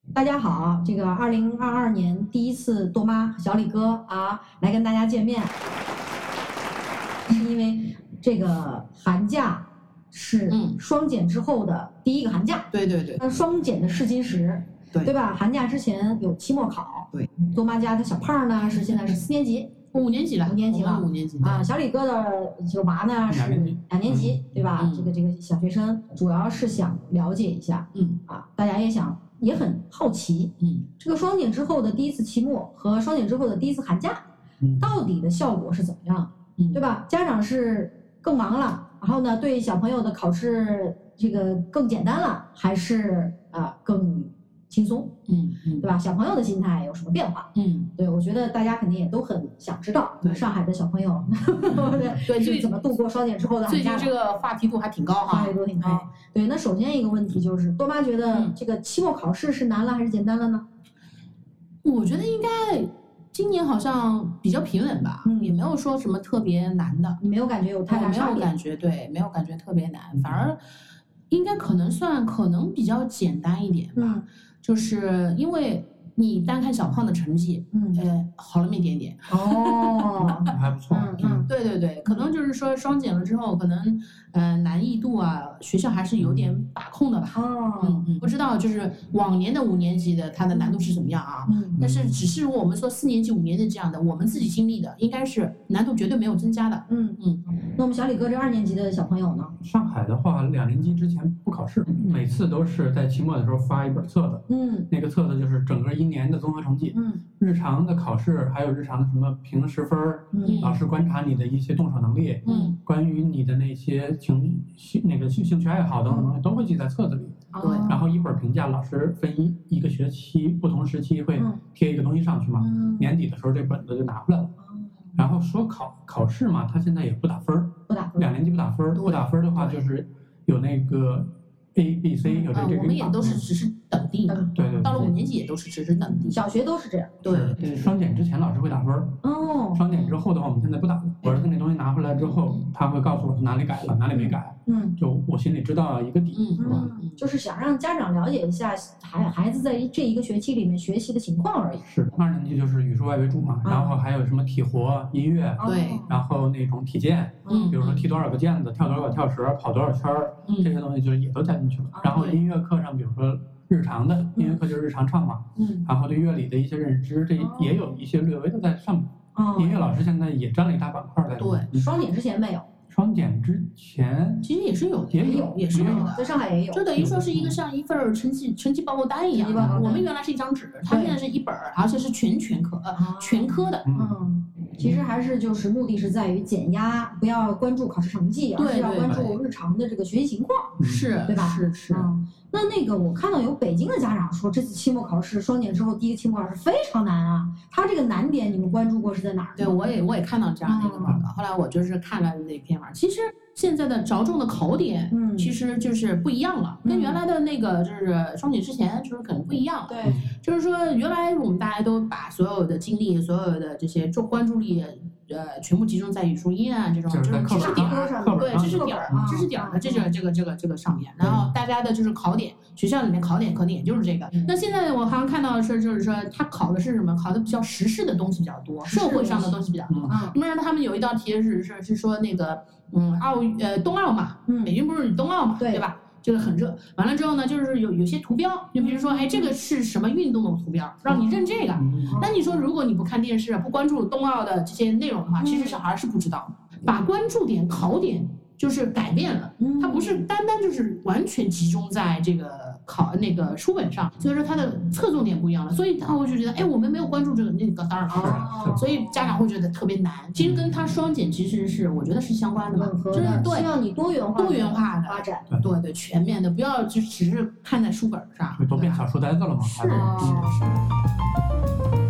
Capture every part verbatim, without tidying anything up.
大家好，这个二零二二年第一次多妈小李哥啊来跟大家见面，是因为这个寒假是双减之后的第一个寒假， 嗯、对对对， 那双减的试金石， 对对吧？寒假之前有期末考， 对， 多妈家的小胖呢是现在是四年级。 五年级了， 五年级了， 五年级啊！小李哥的这个娃呢是两年级，对吧？ 嗯、 这个这个小学生主要是想了解一下， 嗯啊，大家也想也很好奇， 嗯， 这个双减之后的第一次期末和双减之后的第一次寒假， 嗯， 到底的效果是怎么样？ 嗯， 对吧？家长是更忙了，然后呢，对小朋友的考试这个更简单了，还是啊更轻松？ 嗯嗯， 对吧？小朋友的心态有什么变化？ 嗯， 对，我觉得大家肯定也都很想知道，上海的小朋友对是怎么度过双减之后的寒假？ 最近这个话题度还挺高哈， 话题度挺高。对，那首先一个问题就是，多妈觉得这个期末考试是难了还是简单了呢？ 我觉得应该今年好像比较平稳吧， 嗯， 也没有说什么特别难的， 你没有感觉有太大差别？ 没有感觉，对，没有感觉特别难，反而应该可能算可能比较简单一点吧。 嗯， 就是因为你单看小胖的成绩， 嗯， 呃，好那么一点点。 哦， 还不错。 嗯嗯， 对对对，可能就是说双减了之后，可能呃难易度啊，学校还是有点把控的吧。 哦， 嗯嗯，不知道就是往年的五年级的它的难度是怎么样啊？ 嗯， 但是只是如果我们说四年级、五年级这样的，我们自己经历的，应该是难度绝对没有增加的。 嗯嗯， 那我们小李哥这二年级的小朋友呢？ 上海的话，两年级之前不考试，每次都是在期末的时候发一本册子。 嗯， 那个册子就是整个一年的综合成绩。 嗯， 日常的考试还有日常的什么评十分， 嗯， 老师观察你的一些动手能力， 嗯， 关于你的那些情兴那个兴趣爱好等等东西都会记在册子里。 对， 然后一本评价，老师分一一个学期不同时期会贴一个东西上去嘛， 嗯， 年底的时候这本子就拿回来了。然后说考考试嘛，他现在也不打分， 不打分， 两年级不打分，不打分的话就是有那个 A B C 有这这个。 我们也都是只是等地嘛， 对对， 到了五年级也都是只是等地， 小学都是这样。 对对，双减之前老师会打分， 哦， 双减之后的话我们现在不打。我儿子那东西拿回来之后，他会告诉我哪里改了，哪里没改， 嗯， 就我心里知道一个底， 嗯是吧？ 嗯，就是想让家长了解一下孩孩子在这一个学期里面学习的情况而已。 是，二年级就是语数外为主嘛，然后还有什么体活、音乐， 对， 然后那种体健， 嗯， 比如说踢多少个毽子、跳多少个跳绳、跑多少圈儿，这些东西就也都加进去了。然后音乐课上，比如说日常的音乐课就是日常唱嘛， 嗯， 然后对乐理的一些认知，这也有一些略微的在上面。音乐老师现在也占了一大板块在。 对， 双减之前没有。 双减之前其实也是有的， 也有也是有的， 在上海也有， 就等于说是一个像一份成绩成绩报告单一样。我们原来是一张纸，它现在是一本，而且是全全科呃全科的。 嗯，其实还是就是目的是在于减压，不要关注考试成绩，而是要关注日常的这个学习情况， 是， 对吧？ 是是。 那那个我看到有北京的家长说，这次期末考试双减之后第一个期末考试非常难啊，它这个难点你们关注过是在哪儿？ 对，我也我也看到这样的一个报告，后来我就是看了那篇文，其实。现在的着重的考点，嗯，其实就是不一样了，跟原来的那个就是双减之前就是可能不一样了。 对， 就是说原来我们大家都把所有的精力、所有的这些重关注力，呃，全部集中在语数英啊这种就是知识点儿，对，知识点儿、知识点儿的这个这个这个这个上面，然后大家的就是考点，学校里面考点可能也就是这个。那现在我好像看到是就是说他考的是什么？考的比较时事的东西比较多，社会上的东西比较多。因为他们有一道题是是是说那个。嗯，奥呃冬奥嘛，嗯，北京不是冬奥嘛，对吧？这个很热。完了之后呢，就是有有些图标，就比如说，哎，这个是什么运动的图标，让你认这个。那你说，如果你不看电视，不关注冬奥的这些内容的话，其实小孩是不知道的。把关注点、考点就是改变了，它不是单单就是完全集中在这个考那个书本上，所以说它的侧重点不一样了，所以他会就觉得，哎，我们没有关注这个那个，当然是，所以家长会觉得特别难。其实跟他双减其实是我觉得是相关的嘛，就是对， 希望你多元化、 多元化的发展， 对对，全面的，不要就只是看在书本上， 都变小书呆子了嘛， 是是是。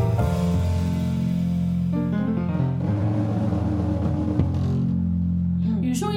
语数英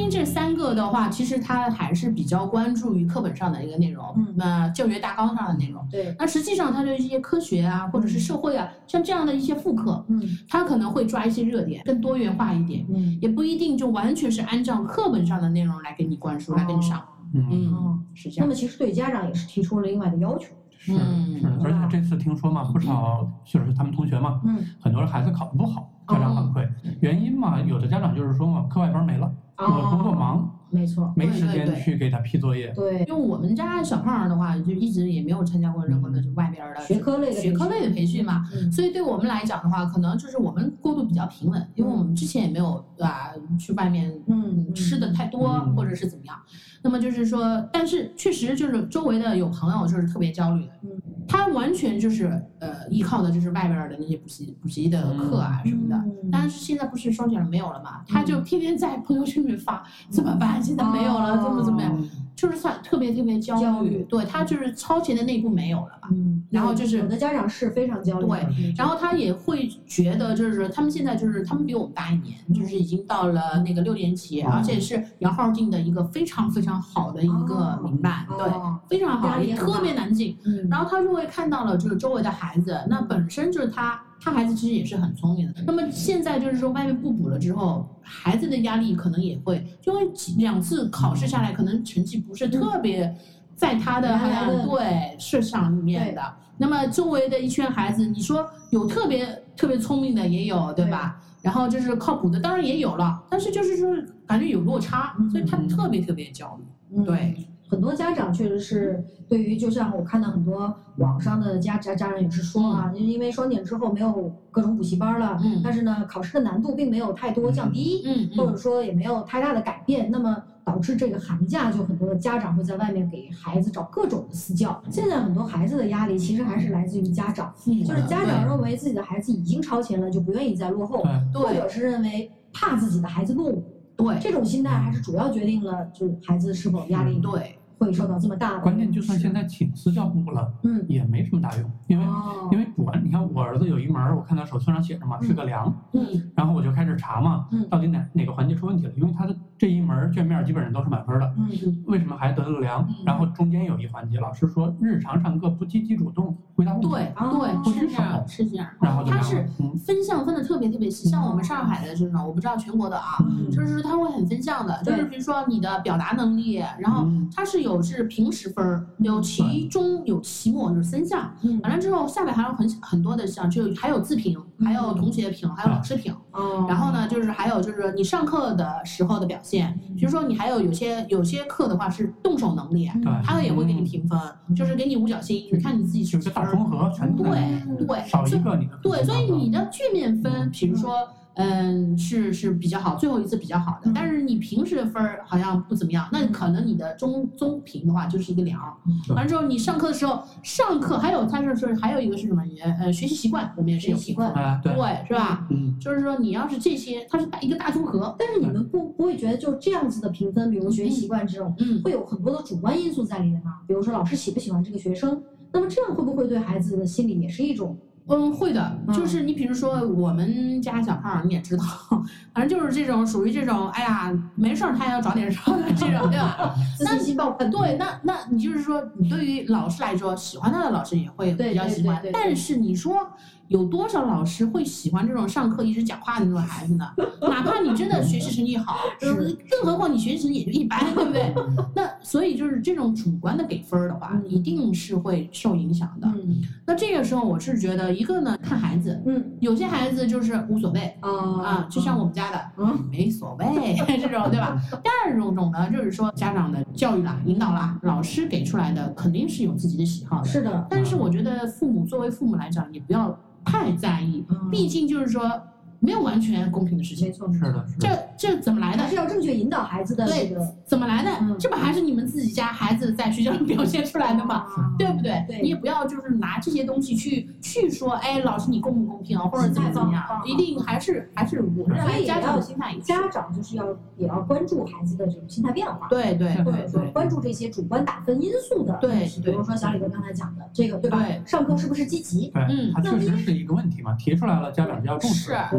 明这三个的话，其实它还是比较关注于课本上的一个内容， 嗯， 那教学大纲上的内容。 对， 那实际上它的一些科学啊，或者是社会啊，像这样的一些副课， 嗯， 它可能会抓一些热点，更多元化一点， 嗯， 也不一定就完全是按照课本上的内容来给你灌输，来给你上。 嗯嗯，是这样。 那么其实对家长也是提出了另外的要求。 是是，而且这次听说嘛，不少就是他们同学嘛， 嗯， 很多人孩子考得不好，家长反馈原因嘛，有的家长就是说嘛，课外班没了，我工作忙。 没错， 没时间去给他批作业。 对， 因为我们家小胖的话，就一直也没有参加过任何的外边的学科类的学科类的培训嘛， 嗯、 所以对我们来讲的话，可能就是我们过渡比较平稳，因为我们之前也没有啊去外面嗯吃的太多、 嗯、 或者是怎么样。那么就是说，但是确实就是周围的有朋友就是特别焦虑的， 嗯， 他完全就是呃依靠的就是外边的那些补习补习的课啊什么的。 嗯、 但是现在不是双减没有了嘛，他就天天在朋友圈里面发、嗯、怎么办？现在没有了。怎么怎么样，就是他特别特别焦虑， 焦虑对他就是超前的那一步没有了嘛， 嗯， 然后就是有的家长是非常焦虑， 对，然后他也会觉得就是他们现在就是他们比我们大一年，就是已经到了那个六年级，而且是杨浩进的一个非常非常好的一个民办， 哦、 对，非常好，也特别难进， 嗯， 然后他就会看到了就是周围的孩子，那本身就是他。他孩子其实也是很聪明的，那么现在就是说外面不补了之后，孩子的压力可能也会，因为两次考试下来，可能成绩不是特别在他的好像对设想里面的。那么周围的一圈孩子，你说有特别特别聪明的也有，对吧？然后就是靠谱的当然也有了，但是就是说感觉有落差，所以他特别特别焦虑，对。 很多家长确实是对于，就像我看到很多网上的家家家长也是说啊，嗯、因为双减之后没有各种补习班了， 嗯、 但是呢，考试的难度并没有太多降低， 嗯嗯、 或者说也没有太大的改变，那么导致这个寒假就很多的家长会在外面给孩子找各种的私教。现在很多孩子的压力其实还是来自于家长， 嗯、 就是家长认为自己的孩子已经超前了，就不愿意再落后，或者是认为怕自己的孩子落伍。 对， 这种心态还是主要决定了就是孩子是否压力对会受到这么大的。 关键就算现在请私教补了， 嗯， 也没什么大用，因为、 哦、 因为补完，你看我儿子有一门，我看他手册上写着嘛，是个量， 嗯， 然后我就开始查嘛， 嗯， 到底哪哪个环节出问题了？因为他的这一门卷面基本上都是满分的， 嗯， 为什么还得了量？然后中间有一环节，老师说日常上课不积极主动回答问题， 对对，是这样，是这样。 然后他是分项分的特别特别细，像我们上海的这种，我不知道全国的啊，就是他会很分项的，就是比如说你的表达能力，然后他是有是平时分，有期中有期末，就是三项。完了之后下面还有很很多的项，就还有自评，还有同学评，还有老师评。然后呢，就是还有就是你上课的时候的表现，比如说你还有有些有些课的话是动手能力，他也会给你评分，就是给你五角星，你看你自己是个大综合，全对对， 少一个你的对，所以你的卷面分，比如说。嗯，是是比较好，最后一次比较好的，但是你平时的分儿好像不怎么样，那可能你的中综评的话就是一个两。完了之后，你上课的时候，上课还有他是说还有一个是什么？呃，学习习惯我们也是有评分，对，是吧？ 嗯， 就是说你要是这些，它是一个大综合。 但是你们不不会觉得就这样子的评分，比如学习习惯这种， 嗯， 会有很多的主观因素在里面吗？比如说老师喜不喜欢这个学生，那么这样会不会对孩子的心理也是一种？ 嗯，会的，就是你比如说我们家小胖，你也知道，反正就是这种属于这种，哎呀，没事儿他也要找点事儿的这种，对吧？ 自信心爆棚。 对，那那你就是说，你对于老师来说，喜欢他的老师也会比较喜欢，但是你说有多少老师会喜欢这种上课一直讲话的那种孩子呢？哪怕你真的学习成绩好，更何况你学习成绩也就一般，对不对？那所以就是这种主观的给分的话，一定是会受影响的。 嗯， 那这个时候我是觉得，一个呢看孩子， 嗯， 有些孩子就是无所谓， 啊啊，就像我们家的，嗯，没所谓这种，对吧？第二种种呢，就是说家长的教育啦、引导啦，老师给出来的肯定是有自己的喜好的， 是的。 但是我觉得父母作为父母来讲，也不要太在意，毕竟就是说没有完全公平的事情。 没错， 是的， 这这怎么来的？ 还是要正确引导孩子的这个。 怎么来的？这不还是你们自己家孩子在学校里表现出来的吗？对不对？ 对。 你也不要就是拿这些东西去去说，哎，老师你公不公平啊，或者怎么怎么样？一定还是还是我认为家长的心态也是。 家长就是要也要关注孩子的这种心态变化。 对对对。 或者说关注这些主观打分因素的。 对。 比如说小李哥刚才讲的这个，对吧？上课是不是积极？ 对，嗯，它确实是一个问题嘛，提出来了，家长就要重视。 对。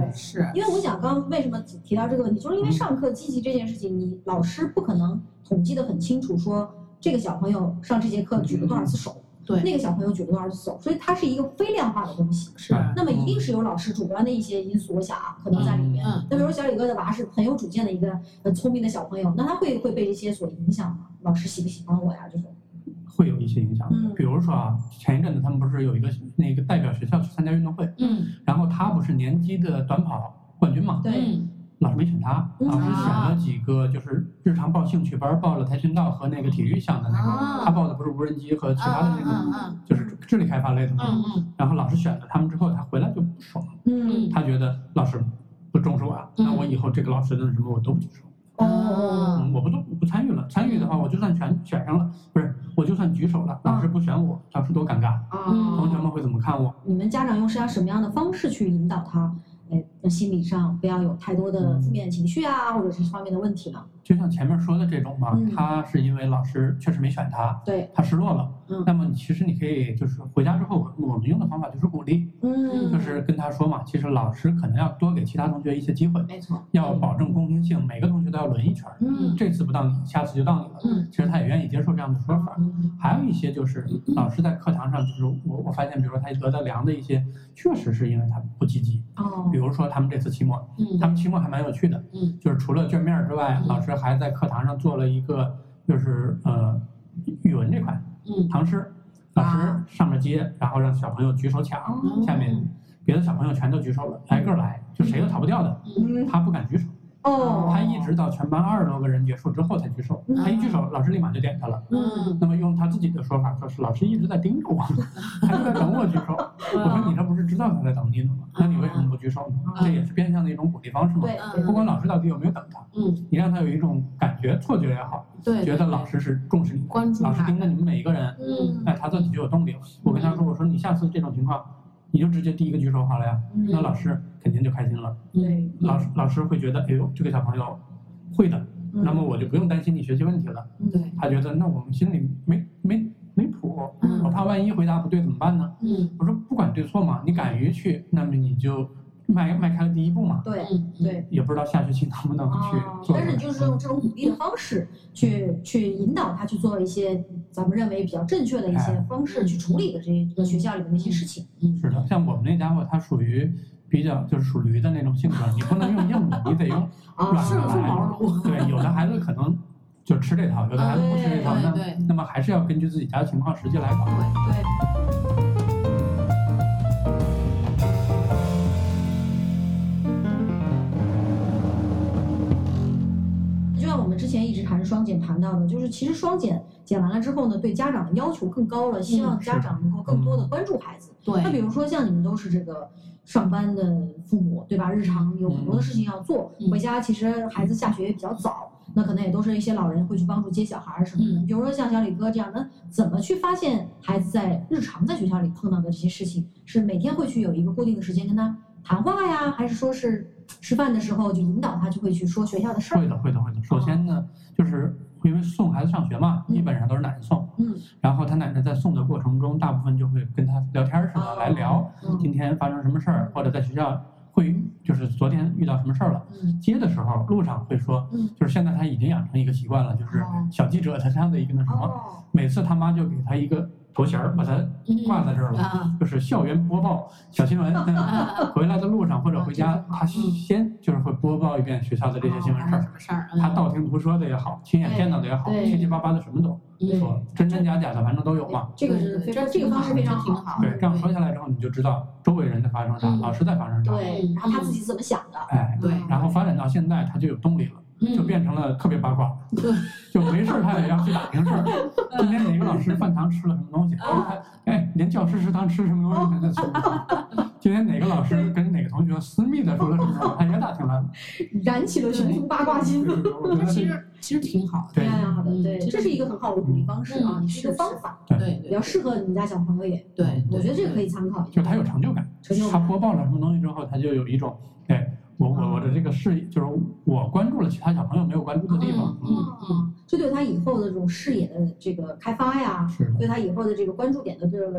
是， 因为我想刚刚为什么提到这个问题，就是因为上课积极这件事情，你老师不可能统计的很清楚，说这个小朋友上这节课举了多少次手。 对， 那个小朋友举了多少次手，所以它是一个非量化的东西。 是， 那么一定是有老师主观的一些因素，我想啊，可能在里面。 嗯、 那比如小李哥的娃是很有主见的一个很聪明的小朋友，那他会会被这些所影响吗？老师喜不喜欢我呀？这种会有一些影响。嗯，比如说啊，前一阵子他们不是有一个那个代表学校去参加运动会， 嗯， 然后他不是年级的短跑冠军嘛？ 对。 老师没选他，老师选了几个就是日常报兴趣班，报了跆拳道和那个体育项的那个， 啊、 他报的不是无人机和其他的那个， 啊、 就是智力开发类的嘛。 嗯嗯。 然后老师选了他们之后，他回来就不爽， 嗯， 他觉得老师不重视我啊，那我以后这个老师的什么我都不接受。 哦、 嗯，我不都不参与了，参与的话我就算选选上了，不是我就算举手了，老师不选我，老师多尴尬啊！同学们会怎么看我？ 你们家长用是要什么样的方式去引导他？哎，心理上不要有太多的负面情绪啊，嗯、或者是这方面的问题呢？ 就像前面说的这种嘛， 嗯、 他是因为老师确实没选他， 对， 他失落了。 嗯， 那么其实你可以就是回家之后，我们用的方法就是鼓励， 嗯， 就是跟他说嘛，其实老师可能要多给其他同学一些机会， 没错， 要保证公平性，每个同学都要轮一圈， 嗯， 这次不到你，下次就到你了。 嗯， 其实他也愿意接受这样的说法。 嗯， 还有一些就是老师在课堂上，就是我我发现，比如说他得到良的一些，确实是因为他不积极。 哦， 比如说他们这次期末， 嗯， 他们期末还蛮有趣的， 嗯， 就是除了卷面之外，老师还在课堂上做了一个，就是呃语文这块， 嗯， 唐诗，老师上面接，然后让小朋友举手抢，下面别的小朋友全都举手了，挨个来，就谁都逃不掉的，他不敢举手。 哦， 他一直到全班二十多个人结束之后才举手，他一举手，老师立马就点他了。 嗯， 那么用他自己的说法说是老师一直在盯着我，他就在等我举手。我说你这不是知道他在等你呢吗？那你为什么不举手呢？这也是变相的一种鼓励方式嘛。 对， 不管老师到底有没有等他，嗯，你让他有一种感觉、错觉也好， 对， 觉得老师是重视你， 关注老师盯着你们每一个人， 嗯， 哎，他自己就有动力了。我跟他说，我说你下次这种情况，你就直接第一个举手好了呀，那老师肯定就开心了。 对， 老师老师会觉得，哎呦，这个小朋友会的，那么我就不用担心你学习问题了。 对， 他觉得那我们心里没没没谱，我怕万一回答不对怎么办呢？ 嗯， 我说不管对错嘛，你敢于去，那么你就迈迈开了第一步嘛。 对对， 也不知道下学期能不能去做。 但是就是用这种鼓励的方式去去引导他去做一些咱们认为比较正确的一些方式去处理的这个学校里面的一些事情。 嗯，是的，像我们那家伙，他属于比较就是属驴的那种性格，你不能用硬的，你得用软的来。对，有的孩子可能就吃这套，有的孩子不吃这套，那那么还是要根据自己家的情况实际来搞。 对。就像我们之前一直谈双减谈到的，就是其实双减减完了之后呢，对家长的要求更高了，希望家长能够更多的关注孩子。 对。 那比如说像你们都是这个上班的父母，对吧？日常有很多的事情要做，回家其实孩子下学也比较早。那可能也都是一些老人会去帮助接小孩什么的。比如说像小李哥这样的，怎么去发现孩子在日常在学校里碰到的这些事情？是每天会去有一个固定的时间跟他谈话呀，还是说是吃饭的时候就引导他就会去说学校的事儿？ 会的，会的，会的。首先呢，就是因为送孩子上学嘛，基本上都是奶奶送。嗯。然后他奶奶在送的过程中，大部分就会跟他聊天似的来聊今天发生什么事儿，或者在学校。会就是昨天遇到什么事儿了，接的时候路上会说，就是现在他已经养成一个习惯了，就是小记者他这样的一个那什么，每次他妈就给他一个头衔儿，把他挂在这儿了，就是校园播报小新闻。回来的路上或者回家，他先就是会播报一遍学校的这些新闻事儿，他道听途说的也好，亲眼见到的也好，七七八八的什么都说，真真假假的反正都有嘛。 这个是非常这个方式非常好。 对，这样说下来之后，你就知道周围人在发生啥，老师在发生啥。 对，然后他自己怎么想的。 哎，对，然后发展到现在，他就有动力了。就变成了特别八卦， 对， 就没事他也要去打听事儿。今天哪个老师饭堂吃了什么东西？哎，连教师食堂吃什么东西他都吃。今天哪个老师跟哪个同学私密的说了什么，他也打听来了， 燃起了群众八卦心。 其实其实挺好的，挺好的，对，这是一个很好的鼓励方式啊，是一个方法， 对， 比较适合你们家小朋友也。 对， 我觉得这个可以参考一下。 就他有成就感，他播报了什么东西之后，他就有一种哎。我我我的这个视野，就是我关注了其他小朋友没有关注的地方， 嗯嗯，这对他以后的这种视野的这个开发呀，对他以后的这个关注点的这个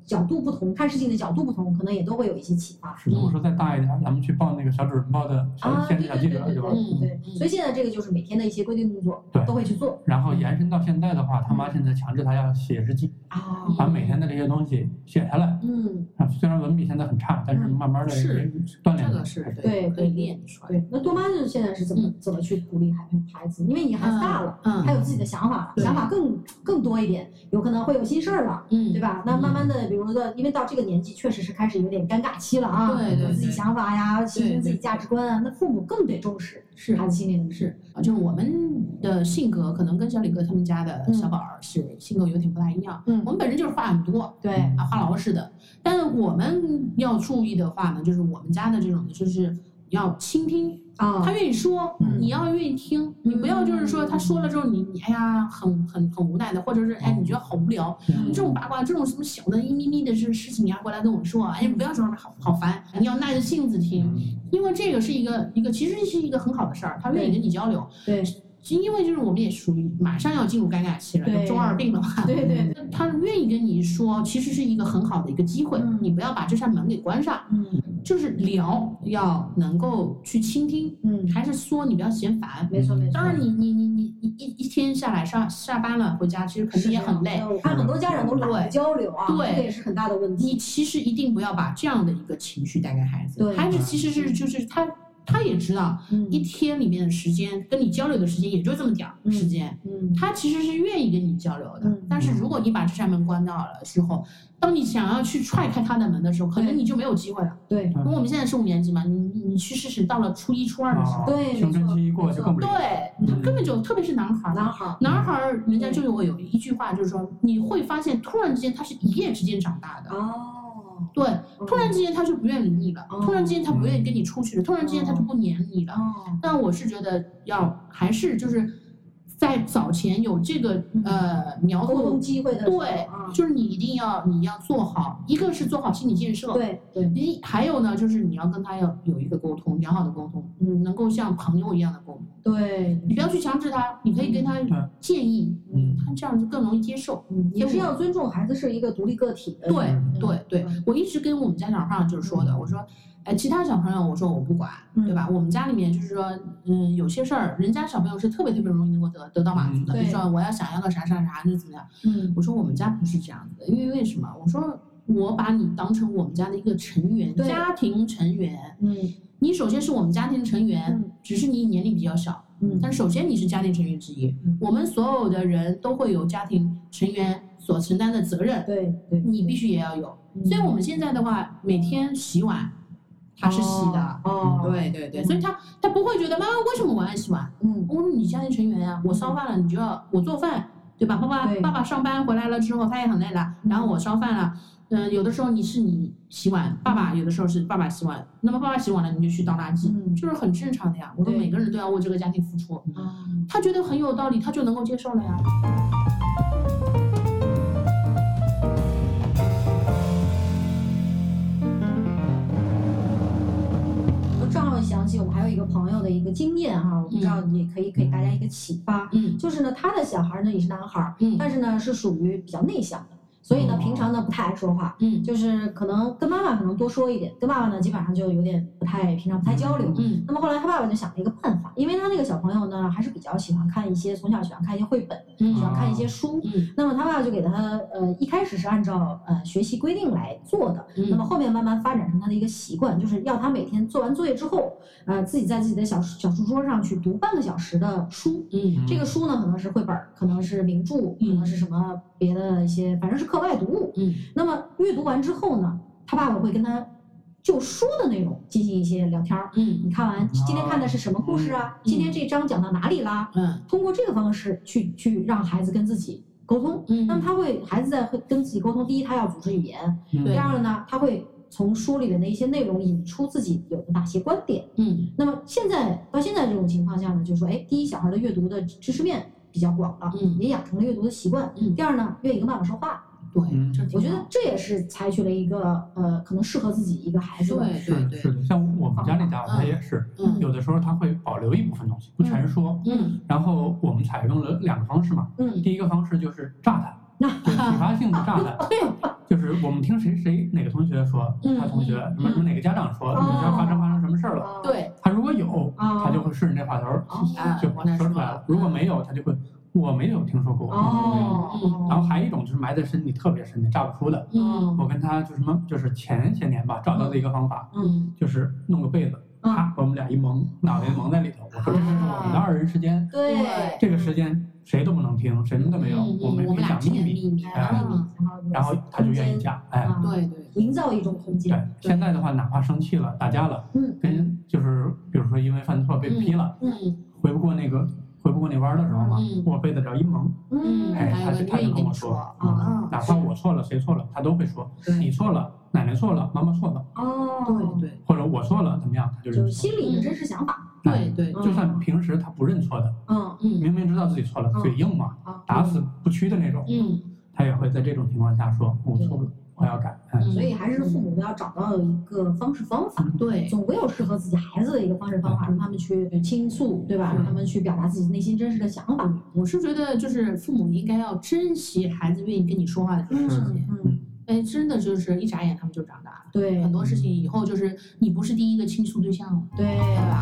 角度不同，看事情的角度不同，可能也都会有一些启发。 是的，我说再大一点，咱们去报那个小主任报的小兼职小记者， 对吧？嗯，对。所以现在这个就是每天的一些规定动作， 对， 都会去做。 然后延伸到现在的话，他妈现在强制他要写日记，啊，把每天的这些东西写下来。嗯，虽然文笔现在很差，但是慢慢的锻炼。 这个是对， 可以练出来。 对，那多妈就现在是怎么怎么去鼓励孩孩子？因为你孩子大了，他有自己的想法了，想法更更多一点，有可能会有心事儿了，嗯，对吧？那慢慢的，比如说，因为到这个年纪，确实是开始有点尴尬期了啊， 对对， 有自己想法呀，形成自己价值观啊，那父母更得重视孩子心里的事啊。就是我们的性格可能跟小李哥他们家的小宝儿是性格有点不太一样，嗯，我们本身就是话很多， 对啊，话痨似的。但是我们要注意的话呢，就是我们家的这种就是要倾听。啊，他愿意说，你要愿意听，你不要就是说他说了之后，你你哎呀，很很很无奈的，或者是哎你觉得好无聊，你这种八卦，这种什么小的一咪咪的这事情，你还回来跟我说，哎，不要说好好烦，你要耐着性子听，因为这个是一个一个其实是一个很好的事儿，他愿意跟你交流， 对。 因为就是我们也属于马上要进入尴尬期了，中二病的话， 对对， 他愿意跟你说，其实是一个很好的一个机会，嗯、你不要把这扇门给关上，嗯，就是聊要能够去倾听，嗯，还是说你不要嫌烦， 没错没错。 当然你你你你你一一天下来上下班了回家，其实肯定也很累。 我看很多家长都懒得交流啊， 对， 这也是很大的问题。 你其实一定不要把这样的一个情绪带给孩子， 对， 孩子其实是就是他。他也知道，一天里面的时间跟你交流的时间也就这么点儿时间，嗯，他其实是愿意跟你交流的。嗯、但是如果你把这扇门关掉了之后，当你想要去踹开他的门的时候，可能你就没有机会了。 对， 因为我们现在是五年级嘛，你你你去试试，到了初一初二的时候， 对， 青春期一过就更不对，他根本就特别是男孩， 男孩， 男孩人家就有有一句话就是说，你会发现突然之间他是一夜之间长大的。 哦。 对，突然之间他就不愿理你了，突然之间他不愿意跟你出去了，突然之间他就不黏你了。但我是觉得要还是就是在早前有这个呃苗头沟通机会的， 对，就是你一定要你要做好，一个是做好心理建设， 对对， 一还有呢就是你要跟他要有一个沟通，良好的沟通，嗯，能够像朋友一样的沟通。 对， 你不要去强制他，你可以跟他建议，嗯，他这样子更容易接受。 嗯，也是要尊重孩子是一个独立个体的。 对对对，我一直跟我们家长上就是说的，我说，哎，其他小朋友我说我不管，对吧？我们家里面就是说，嗯，有些事儿，人家小朋友是特别特别容易能够得得到满足的，比如说我要想要个啥啥啥，你怎么样？嗯，我说我们家不是这样子的，因为为什么？我说我把你当成我们家的一个成员，家庭成员，嗯。你首先是我们家庭成员，嗯、只是你年龄比较小，嗯，但首先你是家庭成员之一。嗯、我们所有的人都会有家庭成员所承担的责任， 对对， 你必须也要有。嗯、所以我们现在的话，每天洗碗，他是洗的，哦，对对对，所以他他不会觉得妈妈为什么我爱洗碗？嗯，我说你家庭成员呀、啊，我烧饭了，你就要我做饭，对吧？爸爸爸爸上班回来了之后，他也很累了，然后我烧饭了。嗯，有的时候你是你洗碗，爸爸有的时候是爸爸洗碗，那么爸爸洗碗了，你就去倒垃圾，嗯、就是很正常的呀。我说每个人都要为这个家庭付出，嗯、他觉得很有道理，他就能够接受了呀。 我正好想起我们还有一个朋友的一个经验哈，我不知道也可以给大家一个启发，嗯，就是呢，他的小孩呢也是男孩，嗯，但是呢是属于比较内向的。所以呢，平常呢不太爱说话，嗯，就是可能跟妈妈可能多说一点，跟爸爸呢基本上就有点不太平常不太交流，嗯。那么后来他爸爸就想了一个办法，因为他那个小朋友呢还是比较喜欢看一些，从小喜欢看一些绘本，嗯，喜欢看一些书，嗯。那么他爸爸就给他呃一开始是按照呃学习规定来做的，嗯。那么后面慢慢发展成他的一个习惯，就是要他每天做完作业之后，呃自己在自己的小小书桌上去读半个小时的书，嗯。这个书呢可能是绘本，可能是名著，可能是什么别的一些，反正是课外读物，嗯。那么阅读完之后呢，他爸爸会跟他就书的内容进行一些聊天，嗯，你看完今天看的是什么故事啊？嗯、今天这章讲到哪里啦？嗯，通过这个方式去去让孩子跟自己沟通，嗯，那么他会孩子在会跟自己沟通，第一他要组织语言，嗯、第二个呢，他会从书里面的一些内容引出自己有的哪些观点，嗯，那么现在到现在这种情况下呢，就是说，哎，第一，小孩的阅读的知识面比较广了，嗯，也养成了阅读的习惯，嗯，第二呢，愿意跟爸爸说话。对，嗯、我觉得这也是采取了一个呃，可能适合自己一个孩子。 对对对， 是的，像我们家里家他也是，嗯、有的时候他会保留一部分东西，不全说。嗯。然后我们采用了两个方式嘛。嗯。第一个方式就是炸他，就启发性的炸他。对。 就是我们听谁谁哪个同学说，他同学什么什么哪个家长说，学校发生发生什么事儿了， 对， 他如果有，他就会顺着这话头就说出来了；如果没有，他就会我没有听说过。 哦， 然后还有一种就是埋在身体特别深的、炸不出的。 嗯， 我跟他就什么，就是前些年吧找到的一个方法， 嗯， 就是弄个被子。啪，我们俩一蒙，脑袋蒙在里头。我说这是我们的二人时间， 对， 这个时间谁都不能听，什么都没有，我们分享秘密，哎，然后他就愿意嫁，哎， 对对， 营造一种空间。 对，现在的话，哪怕生气了、打架了，嗯，跟就是比如说因为犯错被批了，嗯，回不过那个回不过那弯的时候嘛，我被子只要一蒙，嗯，哎，他就他就跟我说，啊，哪怕我错了，谁错了，他都会说，你错了。奶奶错了，妈妈错了。 哦， 对对， 或者我错了，怎么样？他就就是心里的真实想法。 对对， 就算平时他不认错的，嗯嗯，明明知道自己错了，嘴硬嘛，打死不屈的那种，嗯，他也会在这种情况下说，我错了，我要改。 所以还是父母要找到一个方式方法， 对， 总归有适合自己孩子的一个方式方法，让他们去倾诉，对吧？让他们去表达自己内心真实的想法。 我是觉得，就是父母应该要珍惜孩子愿意跟你说话的这个时间。嗯。哎，真的就是一眨眼他们就长大了。 对， 很多事情以后就是你不是第一个倾诉对象了， 对， 对吧？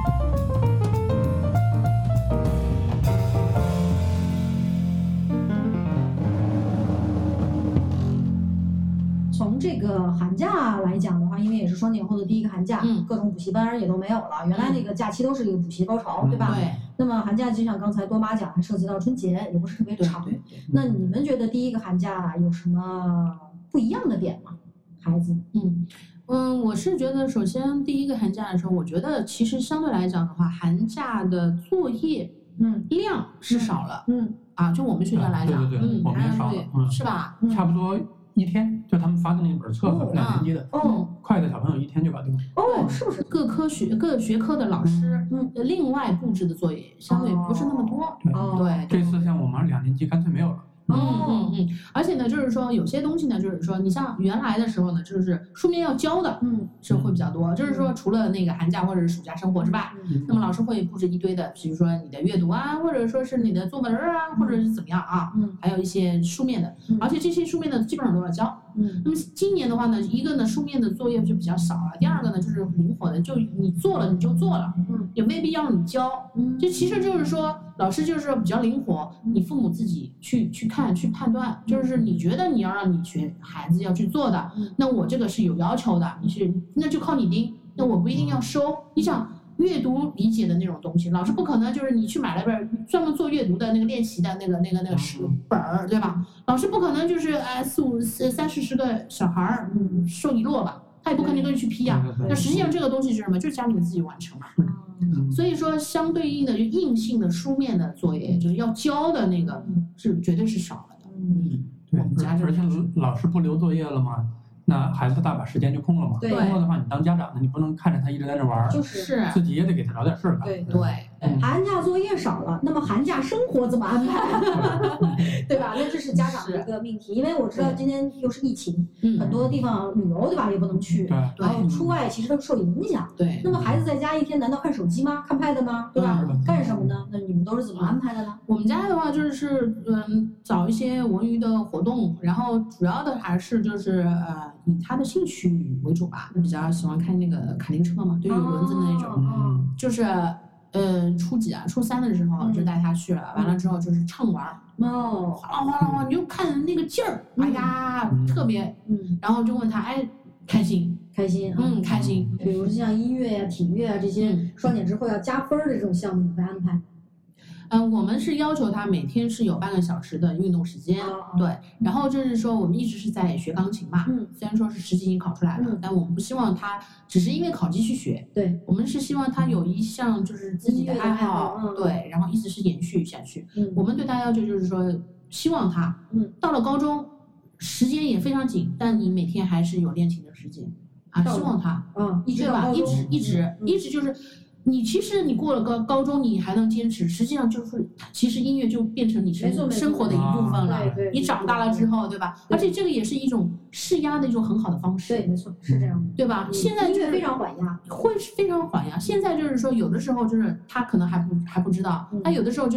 从这个寒假来讲的话，因为也是双减后的第一个寒假，嗯，各种补习班也都没有了。原来那个假期都是一个补习高潮， 嗯、 对吧？ 对。 那么寒假就像刚才多妈讲，还涉及到春节，也不是特别长。 对对对那你们觉得第一个寒假有什么不一样的点吗？孩子， 嗯嗯，我是觉得，首先第一个寒假的时候，我觉得其实相对来讲的话，寒假的作业，嗯，量是少了， 嗯啊，就我们学校来讲， 对对对，我们也少了， 嗯，是吧？ 差不多一天，就他们发的那本册子，两年级的，哦，快的小朋友一天就搞定。 哦，是不是？ 各科学各学科的老师，嗯，另外布置的作业相对不是那么多，对。 这次像我们两年级干脆没有了。 嗯嗯嗯，而且呢，就是说有些东西呢，就是说你像原来的时候呢，就是书面要教的，嗯，是会比较多。就是说除了那个寒假或者是暑假生活之外，那么老师会布置一堆的，比如说你的阅读啊，或者说是你的作文啊，或者是怎么样啊，嗯，还有一些书面的，而且这些书面的基本上都要教。嗯，那么今年的话呢，一个呢书面的作业就比较少了，第二个呢就是灵活的，就你做了你就做了，嗯，也未必要你教，嗯，这其实就是说老师就是比较灵活，你父母自己去去看去判断，就是你觉得你要让你学孩子要去做的，那我这个是有要求的，你是那就靠你盯，那我不一定要收，你想。阅读理解的那种东西，老师不可能就是你去买了本专门做阅读的那个练习的那个那个那个书本儿，对吧？老师不可能就是哎四五三四十个小孩儿嗯受一摞吧，他也不可能跟你去批啊。那实际上这个东西是什么？就是家里面自己完成嘛。所以说相对应的就硬性的书面的作业，就是要交的那个是绝对是少了的。 嗯，对，而且老师不留作业了吗？那孩子大把时间就空了嘛？空了的话，你当家长的，你不能看着他一直在那玩儿， 就是自己也得给他找点事儿干。 对对，寒假作业少了，那么寒假生活怎么安排？对吧？那这是家长的一个命题，因为我知道今天又是疫情，很多地方旅游对吧也不能去，然后出外其实都受影响。 对， 那么孩子在家一天难道看手机吗？看 pad 吗？对吧？干什么呢？那你们都是怎么安排的呢？ 我们家的话就是嗯，找一些文娱的活动，然后主要的还是就是呃。以他的兴趣为主吧，比较喜欢看那个卡丁车嘛，就有轮子的那种，哦、就是呃初几啊，初三的时候就带他去了，嗯、完了之后就是畅玩，哦，哗啦哗啦哗，你就看那个劲儿，哎呀，嗯、特别，嗯，然后就问他，哎，开心， 开心， 嗯，开心。 比如像音乐呀、体育啊这些双减之后要加分的这种项目，你会安排？ 嗯，我们是要求他每天是有半个小时的运动时间，哦、对。然后就是说，我们一直是在学钢琴嘛，嗯，虽然说是十级已经考出来了，嗯、但我们不希望他只是因为考级去学， 对。 我们是希望他有一项就是自己的爱好，嗯、对，然后一直是延续下去。嗯，我们对他要求就是说，希望他，嗯，到了高中，时间也非常紧，但你每天还是有练琴的时间啊，希望他，嗯， 一直吧，一直一直、嗯、一直就是。你其实你过了高高中，你还能坚持，实际上就是其实音乐就变成你生生活的一部分了。你长大了之后，对吧？而且这个也是一种释压的一种很好的方式。 对，没错，是这样的， 对吧？现在就是非常缓压， 会非常缓压。现在就是说，有的时候就是他可能还不还不知道，他有的时候就是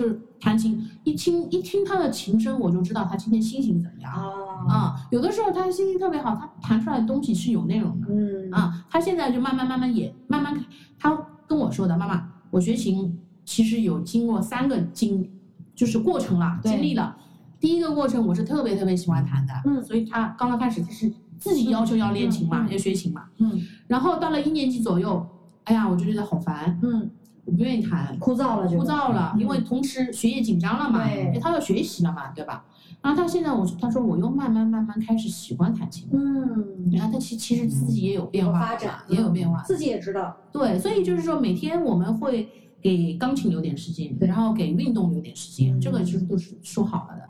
弹琴，一听一听他的琴声，我就知道他今天心情怎么样。 哦、 啊，有的时候他心情特别好，他弹出来的东西是有内容的。 嗯啊，他现在就慢慢慢慢也慢慢，他跟我说的，妈妈，我学琴其实有经过三个经，就是过程了，经历了。第一个过程我是特别特别喜欢弹的， 嗯， 所以他刚刚开始他是自己要求要练琴嘛， 嗯、 要学琴嘛， 嗯， 然后到了一年级左右，哎呀，我就觉得好烦， 嗯。 我不愿意弹， 枯燥了就， 枯燥了， 嗯、 因为同时学业紧张了嘛，因为他要学习了嘛，对吧？然后他现在我他说我又慢慢慢慢开始喜欢弹琴， 嗯， 然后他其其实自己也有变化， 发展也有变化， 自己也知道， 对，所以就是说每天我们会给钢琴留点时间，然后给运动留点时间， 嗯、 这个其实都是说好了的。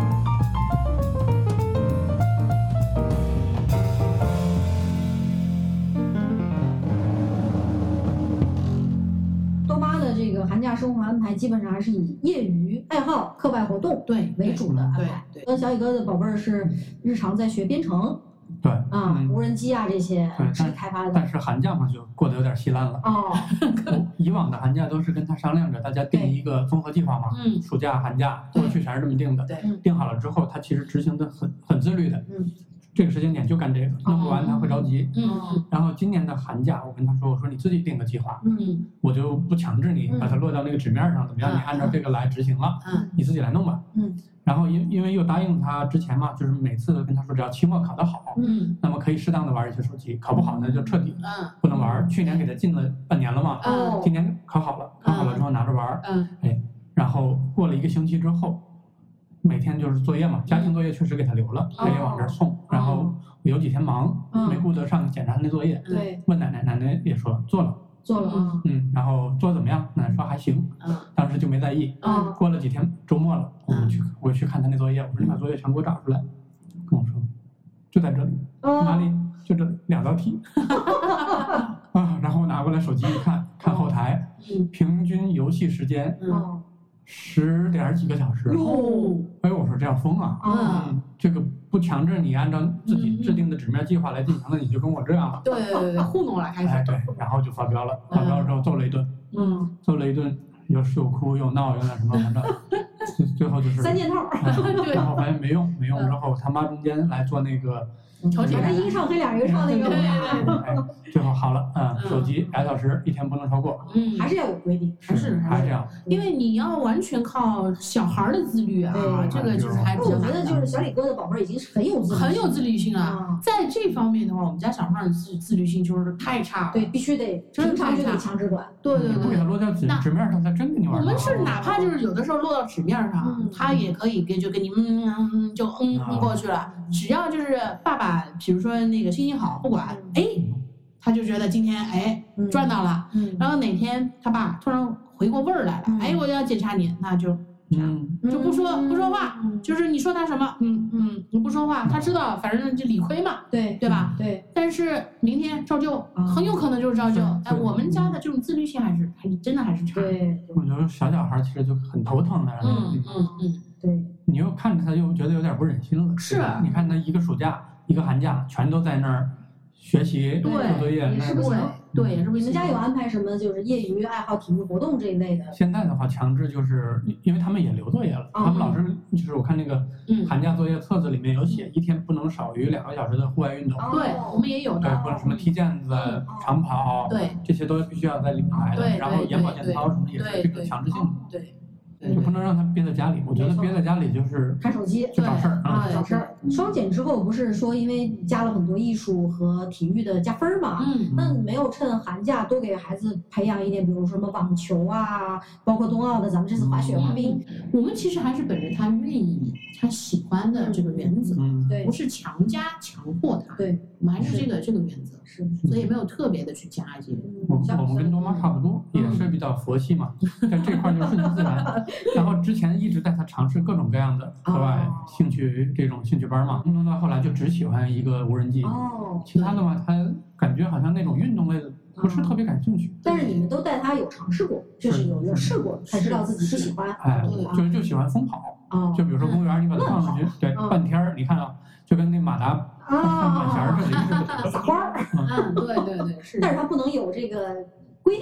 这个寒假生活安排基本上还是以业余爱好、课外活动对为主的安排。 对， 和小宇哥的宝贝儿是日常在学编程， 对啊， 嗯、 无人机啊这些是开发的。 但是寒假嘛，就过得有点稀烂了。 哦， 以往的寒假都是跟他商量着，大家定一个综合计划嘛。 嗯， 暑假、寒假过去全是这么定的。 对， 定好了之后，他其实执行的很很自律的。 嗯。 这个时间点就干这个，弄不完他会着急。 嗯， 然后今年的寒假，我跟他说，我说你自己定个计划， 嗯， 我就不强制你把它落到那个纸面上，怎么样？你按照这个来执行了， 嗯， 你自己来弄吧。 嗯， 然后因因为又答应他之前嘛，就是每次跟他说，只要期末考得好， 嗯， 那么可以适当的玩一些手机，考不好呢就彻底嗯不能玩。去年给他禁了半年了嘛， 哦， 今年考好了，考好了之后拿着玩， 嗯， 哎，然后过了一个星期之后。每天就是作业嘛，家庭作业确实给他留了，可以往这儿送。然后有几天忙，没顾得上检查他那作业。 对， 问奶奶，奶奶也说做了， 做了啊。 嗯，然后做怎么样？奶奶说还行。 嗯， 当时就没在意。 嗯， 过了几天周末了，我们去我去看他那作业，我说你把作业全给我找出来，跟我说就在这里，哪里？就这里两道题。啊，然后我拿过来手机一看，看后台，平均游戏时间。 嗯。 十点几个小时哟， 哎，我说这样疯啊！嗯，这个不强制你按照自己制定的纸面计划来进行的，你就跟我这样了。 对对对，糊弄了开始。 哎，对，然后就发飙了，发飙之后揍了一顿， 嗯， 揍了一顿，又又哭又闹又那什么，反正最后就是三件套。 然后发现没用，没用之后他妈中间来做那个。 调解， 反正一个唱黑脸，一个唱那个。 哎，最后好了，嗯，手机俩小时，一天不能超过。 嗯，还是要有规定， 还是还是这样。 因为你要完全靠小孩的自律啊，这个就是还比较难。 我觉得就是小李哥的宝贝儿已经是很有自律， 很有自律性了。在这方面的话，我们家小孩的自自律性就是太差了。 对，必须得平常就得强制管。 对对对。 不给他落到纸纸面上，他真跟你玩。 我们是哪怕就是有的时候落到纸面上，他也可以跟就跟你嗯嗯就嗯嗯过去了。只要就是爸爸，比如说。那个心情好，不管，哎，他就觉得今天哎赚到了，然后哪天他爸突然回过味儿来了，哎，我要检查你，那就这样，就不说不说话，就是你说他什么，嗯嗯，你不说话，他知道，反正就理亏嘛， 对对吧？ 对。 但是明天照旧，很有可能就是照旧。哎，我们家的这种自律性还是还真的还是差。 对， 我觉得小小孩其实就很头疼的。 嗯嗯嗯， 对。 你又看着他，又觉得有点不忍心了。 是。 你看他一个暑假。一个寒假全都在那儿学习做作业， 也是不行。 对，也是不行。 你们家有安排什么就是业余爱好、体育活动这一类的？ 现在的话，强制就是因为他们也留作业了，他们老师就是我看那个寒假作业册子里面有写，一天不能少于两个小时的户外运动。 对，我们也有的。 对，或者什么踢毽子、长跑， 对， 这些都必须要在里面来的。 对， 然后眼保健操什么也是这个强制性的。 对。 就不能让他憋在家里，我觉得憋在家里就是看手机， 就找事儿啊，找事儿。双减之后不是说因为加了很多艺术和体育的加分嘛？ 嗯， 那你没有趁寒假多给孩子培养一点，比如说什么网球啊，包括冬奥的咱们这次滑雪滑冰， 我们其实还是本着他愿意、他喜欢的这个原则， 嗯， 对， 不是强加强迫他， 对， 我们还是这个这个原则， 是， 所以没有特别的去加一些。 我我们跟多妈差不多，也是比较佛系嘛，在这块就顺其自然。然后之前一直带他尝试各种各样的课外兴趣这种兴趣班嘛，弄到后来就只喜欢一个无人机， 哦， 其他的嘛他感觉好像那种运动类的不是特别感兴趣。 但是你们都带他有尝试过，就是有有试过才知道自己不喜欢。 哎，就就喜欢疯跑，就比如说公园你把它放上去，对，半天儿你看啊，就跟那马达上满弦似的， 撒欢儿。 嗯，对对对，是。 但是他不能有这个规定。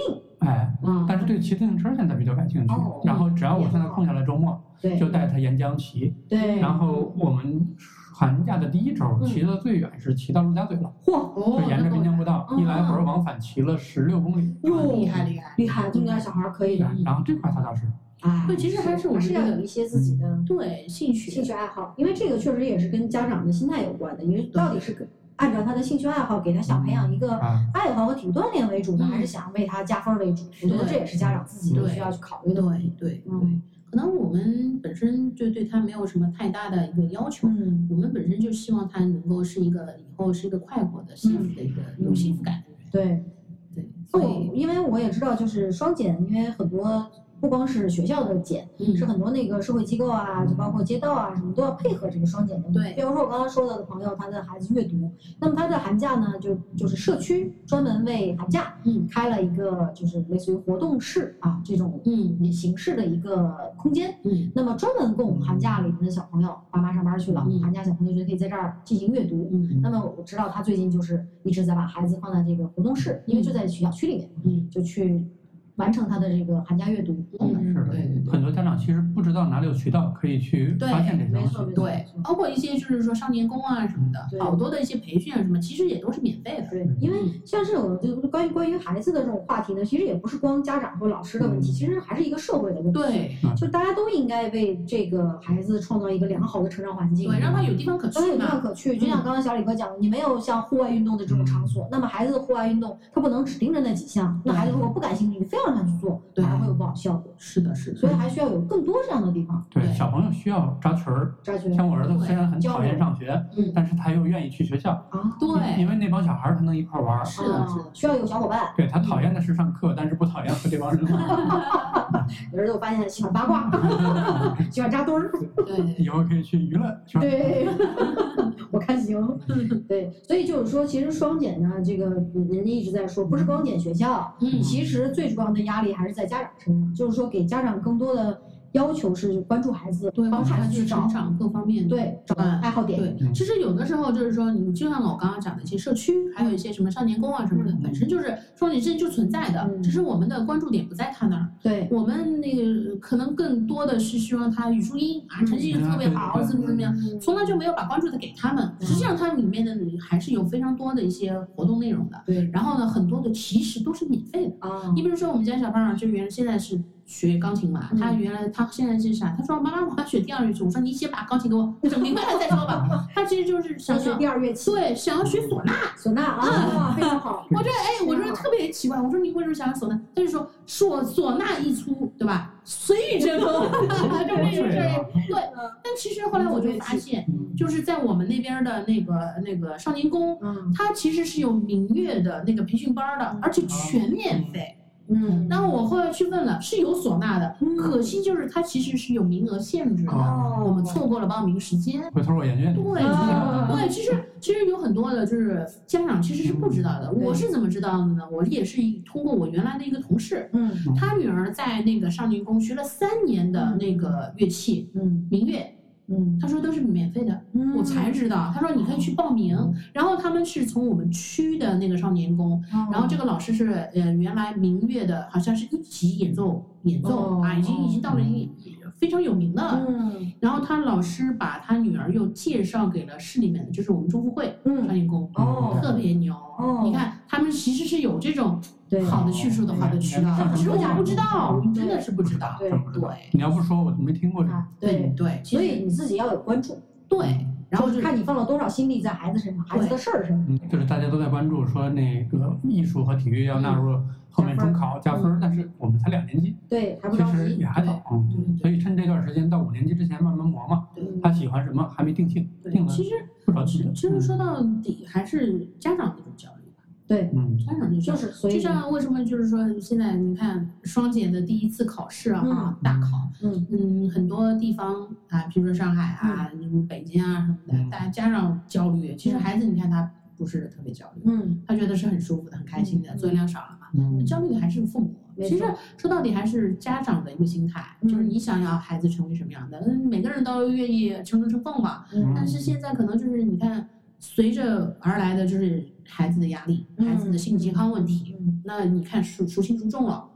哎，但是对骑自行车现在比较感兴趣。然后只要我现在空下来周末，就带他沿江骑。 对。 然后我们寒假的第一周骑的最远是骑到陆家嘴了， 嚯！ 就沿着滨江步道一来回往返骑了十六公里。 哟， 厉害厉害厉害！这么点小孩可以的。 然后这块他倒是。 哎， 对，其实还是我是要有一些自己的对兴趣兴趣爱好，因为这个确实也是跟家长的心态有关的。因为到底是按照他的兴趣爱好给他想培养一个爱好和体育锻炼为主呢，还是想为他加分为主？我觉得这也是家长自己需要去考虑的。 对对对，可能我们本身就对他没有什么太大的一个要求，我们本身就希望他能够是一个以后是一个快活的、幸福的一个有幸福感的人。 对对， 所以因为我也知道，就是双减，因为很多。不光是学校的减，是很多那个社会机构啊，就包括街道啊什么都要配合这个双减的。 对， 比如说我刚刚说的朋友，他的孩子阅读，那么他的寒假呢，就就是社区专门为寒假，嗯，开了一个就是类似于活动室啊这种嗯形式的一个空间，嗯，那么专门供寒假里面的小朋友，爸妈上班去了，寒假小朋友就可以在这儿进行阅读。嗯，那么我知道他最近就是一直在把孩子放在这个活动室，因为就在学校区里面，嗯，就去。完成他的这个寒假阅读， 嗯，是的，对对对，很多家长其实不知道哪里有渠道可以去发现这些东西， 对，包括一些就是说少年宫啊什么的，好多的一些培训啊什么，其实也都是免费的。 对，因为像这种就关于关于孩子的这种话题呢，其实也不是光家长和老师的问题，其实还是一个社会的问题。 对， 就大家都应该为这个孩子创造一个良好的成长环境， 对，让他有地方可去， 有地方可去。就像刚刚小李哥讲的，你没有像户外运动的这种场所，那么孩子的户外运动他不能只盯着那几项，那孩子如果不感兴趣，你非要让他去做，对。还会有不好效果， 是的，是的， 所以还需要有更多这样的地方。 对，小朋友需要扎群儿， 扎群。 像我儿子虽然很讨厌上学，但是他又愿意去学校啊， 对， 因为那帮小孩他能一块玩。 是的，是的， 需要有小伙伴。 对他讨厌的是上课，但是不讨厌和这帮人玩。 有儿子我发现喜欢八卦，喜欢扎堆儿。 对， 以后可以去娱乐。 对，我看行。对，所以就是说，其实双减呢，这个人家一直在说，不是光减学校，嗯，其实最主要的压力还是在家长身上，就是说给家长更多的要求是关注孩子， 对， 帮孩子去成长各方面， 对，找爱好点。 对，其实有的时候就是说，你就像我刚刚讲的一些社区，还有一些什么少年宫啊什么的，本身就是双减制就存在的，只是我们的关注点不在他那儿。 对， 我们那个可能更多的是希望他语数英啊成绩特别好，怎么怎么样，从来就没有把关注的给他们。实际上它里面的还是有非常多的一些活动内容的。 对， 然后呢，很多的其实都是免费的啊。你比如说我们家小胖儿，就原来现在是学钢琴嘛，他原来他现在是啥？他说妈妈我要学第二乐器，我说你先把钢琴给我整明白了再说吧。他其实就是想学第二乐器， 对，想要学唢呐， 唢呐啊，非常好。 我这哎，我说特别奇怪，我说你为什么想要唢呐？他就说唢唢呐一出，对吧？随遇阵风，就这个事儿。对，但其实后来我就发现，就是在我们那边的那个那个少年宫，它其实是有民乐的那个培训班的，而且全免费。嗯，然后我后来去问了，是有唢呐的，可惜就是它其实是有名额限制的，我们错过了报名时间。 回头我研究。 对对，其实其实有很多的就是家长其实是不知道的，我是怎么知道的呢？我也是通过我原来的一个同事，嗯，他女儿在那个少年宫学了三年的那个乐器，嗯，民乐。嗯，他说都是免费的，嗯、我才知道。他说你可以去报名，嗯、然后他们是从我们区的那个少年宫，嗯、然后这个老师是呃原来民乐的，好像是一级演奏演奏、哦、啊，已经已经到了一非常有名的。嗯，然后他老师把他女儿又介绍给了市里面的，就是我们中福会少年宫，哦，特别牛。哦，你看他们其实是有这种。好的叙述的好的渠道，其实我不知道，我真的是不知道。 对对， 你要不说，我都没听过这个。 对对， 所以你自己要有关注。 对，然后看你放了多少心力在孩子身上，孩子的事儿上。 嗯，就是大家都在关注说那个艺术和体育要纳入后面中考加分，但是我们才两年级， 对， 其实也还早，所以趁这段时间到五年级之前慢慢磨嘛。他喜欢什么还没定性，定了其实不着急。 其实说到底还是家长的一种焦虑。 对， 嗯， 家长就是，就像为什么就是说现在你看双减的第一次考试啊，嗯、大考，嗯嗯，很多地方啊，比如说上海啊、嗯、北京啊什么的，嗯、大家家长焦虑，其实孩子你看他不是特别焦虑，嗯，他觉得是很舒服的、很开心的，作业量少了嘛，嗯，焦虑的还是父母。其实说到底还是家长的一个心态，就是你想要孩子成为什么样的，嗯，每个人都愿意成龙成凤嘛，嗯，但是现在可能就是你看。随着而来的就是孩子的压力，孩子的心理健康问题。嗯、那你看孰孰轻孰重了？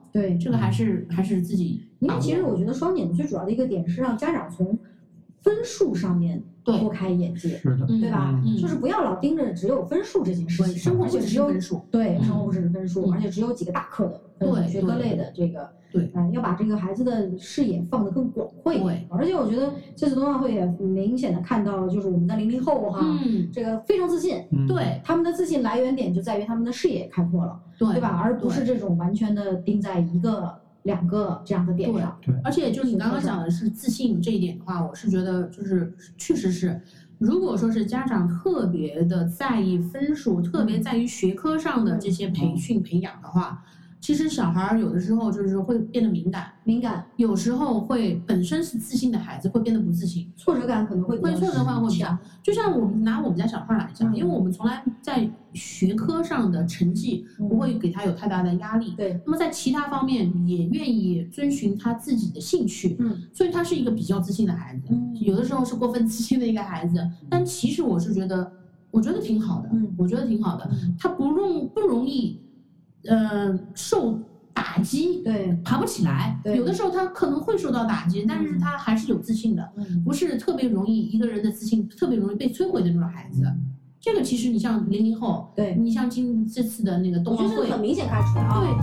对， 这个还是还是自己。 因为其实我觉得双减最主要的一个点是让家长从分数上面拨开眼界， 是的， 对吧？ 嗯、 就是不要老盯着只有分数这件事情， 生活不只是分数， 对，生活不只是分数， 嗯、 而且只有几个大课的， 对， 学科类的这个， 对， 呃，要把这个孩子的视野放得更广阔一点。而且我觉得这次冬奥会也明显的看到，就是我们的零零后哈， 嗯， 这个非常自信， 嗯、 对，他们的自信来源点就在于他们的视野开阔了， 对， 对吧？而不是这种完全的盯在一个。两个这样的点上， 对， 而且就是你刚刚讲的是自信这一点的话，我是觉得就是确实是，如果说是家长特别的在意分数，特别在于学科上的这些培训培养的话，其实小孩有的时候就是会变得敏感， 敏感， 有时候会本身是自信的孩子会变得不自信， 挫折感可能会会挫折感会比较，就像我们拿我们家小孩来讲，因为我们从来在学科上的成绩不会给他有太大的压力， 对， 那么在其他方面也愿意遵循他自己的兴趣， 嗯， 所以他是一个比较自信的孩子， 嗯， 有的时候是过分自信的一个孩子，但其实我是觉得，我觉得挺好的， 嗯， 我觉得挺好的，他不容不容易，呃，受打击， 对， 爬不起来，有的时候他可能会受到打击，但是他还是有自信的， 嗯， 不是特别容易一个人的自信特别容易被摧毁的那种孩子。这个其实你像零零后， 对， 你像今这次的那个冬奥会， 很明显看出来啊。 对。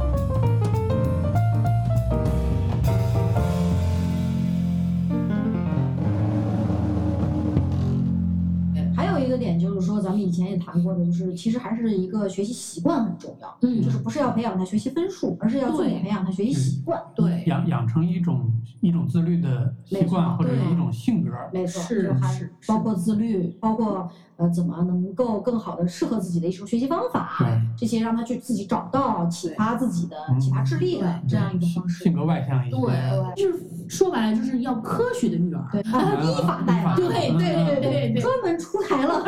还有一个点就是说，咱们以前也谈过的，就是其实还是一个学习习惯很重要， 嗯， 就是不是要培养他学习分数，而是要重点培养他学习习惯， 对， 养养成一种一种自律的习惯或者一种性格， 没错， 是是，包括自律，包括呃怎么能够更好的适合自己的一种学习方法， 对， 这些让他去自己找到启发自己的、启发智力的这样一个方式， 性格外向一些， 对，就是说白了就是要科学的育儿， 对，依法带娃， 对对对对对， 专门出台了。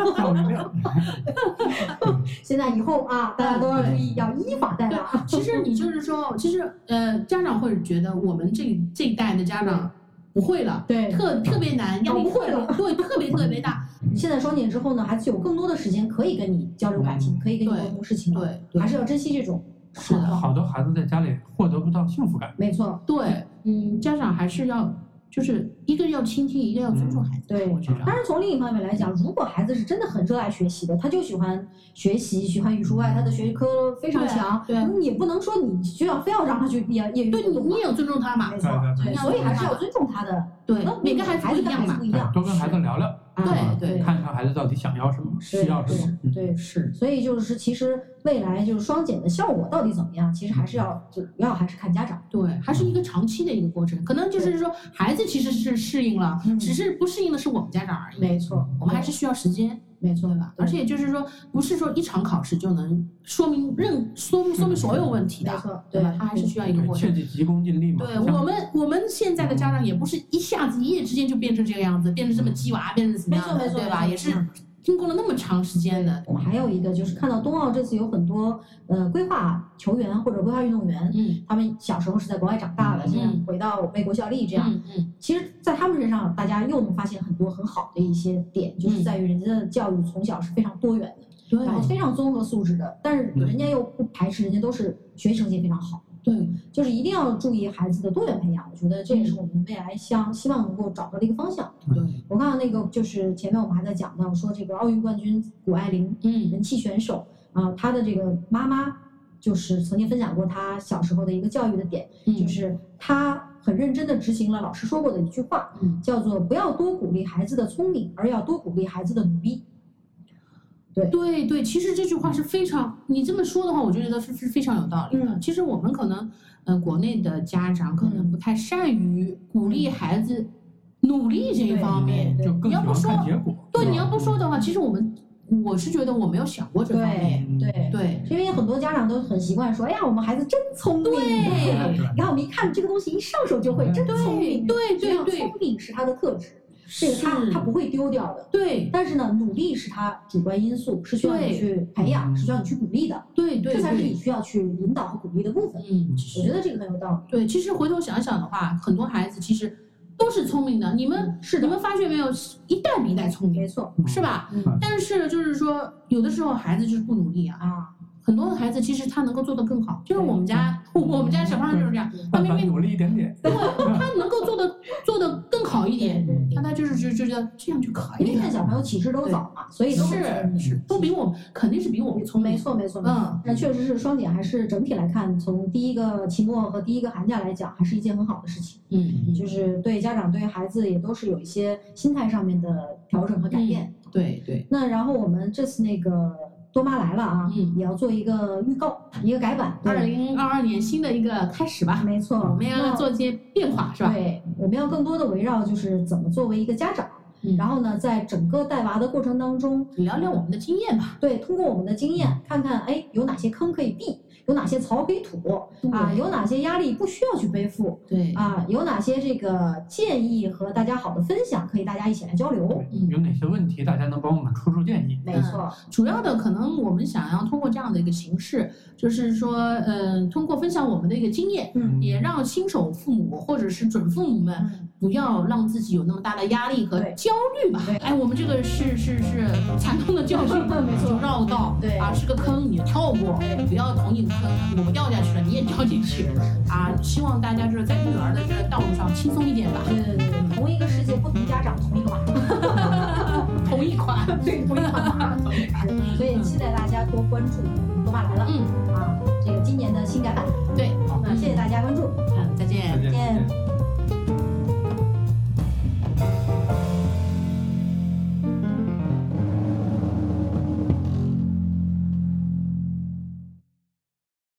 现在以后啊，大家都要注意，要依法带娃。 其实你就是说，其实呃，家长会觉得我们这这一代的家长不会了， 对， 特特别难，压力不会了， 对，特别特别大。 现在双减之后呢，孩子有更多的时间可以跟你交流感情，可以跟你沟通事情了， 对， 还是要珍惜这种。 是的， 好多孩子在家里获得不到幸福感。 没错， 对，嗯，家长还是要。就是一个要倾听，一个要尊重孩子。 对， 我觉得。 但是从另一方面来讲，如果孩子是真的很热爱学习的，他就喜欢学习，喜欢语数外，他的学科非常强， 对， 你也不能说你需要非要让他去业业余对，你你也要尊重他嘛。 没错，所以还是要尊重他的。 对，每个孩子不一样嘛， 多跟孩子聊聊。 对对， 看看孩子到底想要什么，需要什么。 对，是。所以就是，其实未来就是双减的效果到底怎么样，其实还是要主要还是看家长。 对，还是一个长期的一个过程。可能就是说，孩子其实是适应了，只是不适应的是我们家长而已。 没错， 我们还是需要时间。 没错吧？而且就是说，不是说一场考试就能说明任说明说明所有问题的， 没错， 对吧？它还是需要一个过程。 切记急功近利嘛。 对我们，我们现在的家长也不是一下子一夜之间就变成这个样子，变成这么鸡娃，变成怎么样的，对吧？也是经过了那么长时间的。 我们还有一个就是看到冬奥这次有很多呃规划球员或者规划运动员， 嗯， 他们小时候是在国外长大的，现在回到美国效力这样， 嗯嗯， 其实，在他们身上，大家又能发现很多很好的一些点，就是在于人家的教育从小是非常多元的， 对， 然后非常综合素质的，但是人家又不排斥人家都是学习成绩非常好。 对， 就是一定要注意孩子的多元培养，我觉得这也是我们未来希希望能够找到的一个方向。 对， 我看到那个就是前面我们还在讲到说这个奥运冠军谷爱凌， 嗯， 人气选手啊，她的这个妈妈就是曾经分享过她小时候的一个教育的点， 嗯、 就是她很认真的执行了老师说过的一句话， 嗯， 叫做不要多鼓励孩子的聪明，而要多鼓励孩子的努力。对对对，其实这句话是非常，你这么说的话，我觉得是是非常有道理的。 嗯、 其实我们可能，呃，国内的家长可能不太善于鼓励孩子努力这一方面， 就更你要不说，对， 对你要不说的话，其实我们，我是觉得我没有想过这方面。 对对对， 因为很多家长都很习惯说，哎呀，我们孩子真聪明。 对， 然后我们一看这个东西一上手就会，真聪明。 对对对， 聪明是他的特质。这个他他不会丢掉的， 对。 但是呢，努力是他主观因素，是需要你去培养，是需要你去鼓励的， 对对， 这才是你需要去引导和鼓励的部分。 嗯， 我觉得这个很有道理。 对，其实回头想想的话，很多孩子其实都是聪明的，你们是你们发觉没有，一代比一代聪明， 没错， 是吧？ 嗯。 但是就是说，有的时候孩子就是不努力啊。 啊。 很多的孩子其实他能够做得更好，就是我们家我们家小胖就是这样，他明明努力一点点， 对，他能够做的做的更好一点，他他就是就就这样这样就可以了。 因为看小朋友起势都早嘛，所以都是是都比我们肯定是比我们聪明。 没错没错，嗯，那确实是双减，还是整体来看，从第一个期末和第一个寒假来讲，还是一件很好的事情。 嗯， 就是对家长对孩子也都是有一些心态上面的调整和改变。 嗯、对对。 那然后我们这次那个。多妈来了啊， 嗯， 也要做一个预告，一个改版， 二零二二年新的一个开始吧。 没错， 我们要做一些变化，是吧？ 对，我们要更多的围绕就是怎么作为一个家长， 嗯、 然后呢，在整个带娃的过程当中， 聊聊我们的经验吧。 对，通过我们的经验，看看哎有哪些坑可以避，有哪些槽可以吐啊，有哪些压力不需要去背负， 对啊，有哪些这个建议和大家好的分享，可以大家一起来交流。 嗯，有哪些问题大家能帮我们出出建议？ 没错， 嗯、主要的可能我们想要通过这样的一个形式，就是说，嗯、呃，通过分享我们的一个经验， 嗯， 也让新手父母或者是准父母们不要让自己有那么大的压力和焦虑吧。哎，我们这个是是是惨痛的教训， 没错， 就绕道， 对啊，是个坑，你跳过，不要同意坑，我们掉下去了，你也掉进去，啊，希望大家就是在育儿的这个道路上轻松一点吧。 对对对，同一个世界，不同家长，同一个码， 同一款， 对，同一款码，所以期待大家多关注多妈来了， 嗯， 啊，这个今年的新改版， 对， 那谢谢大家关注， 嗯，再见。 再见。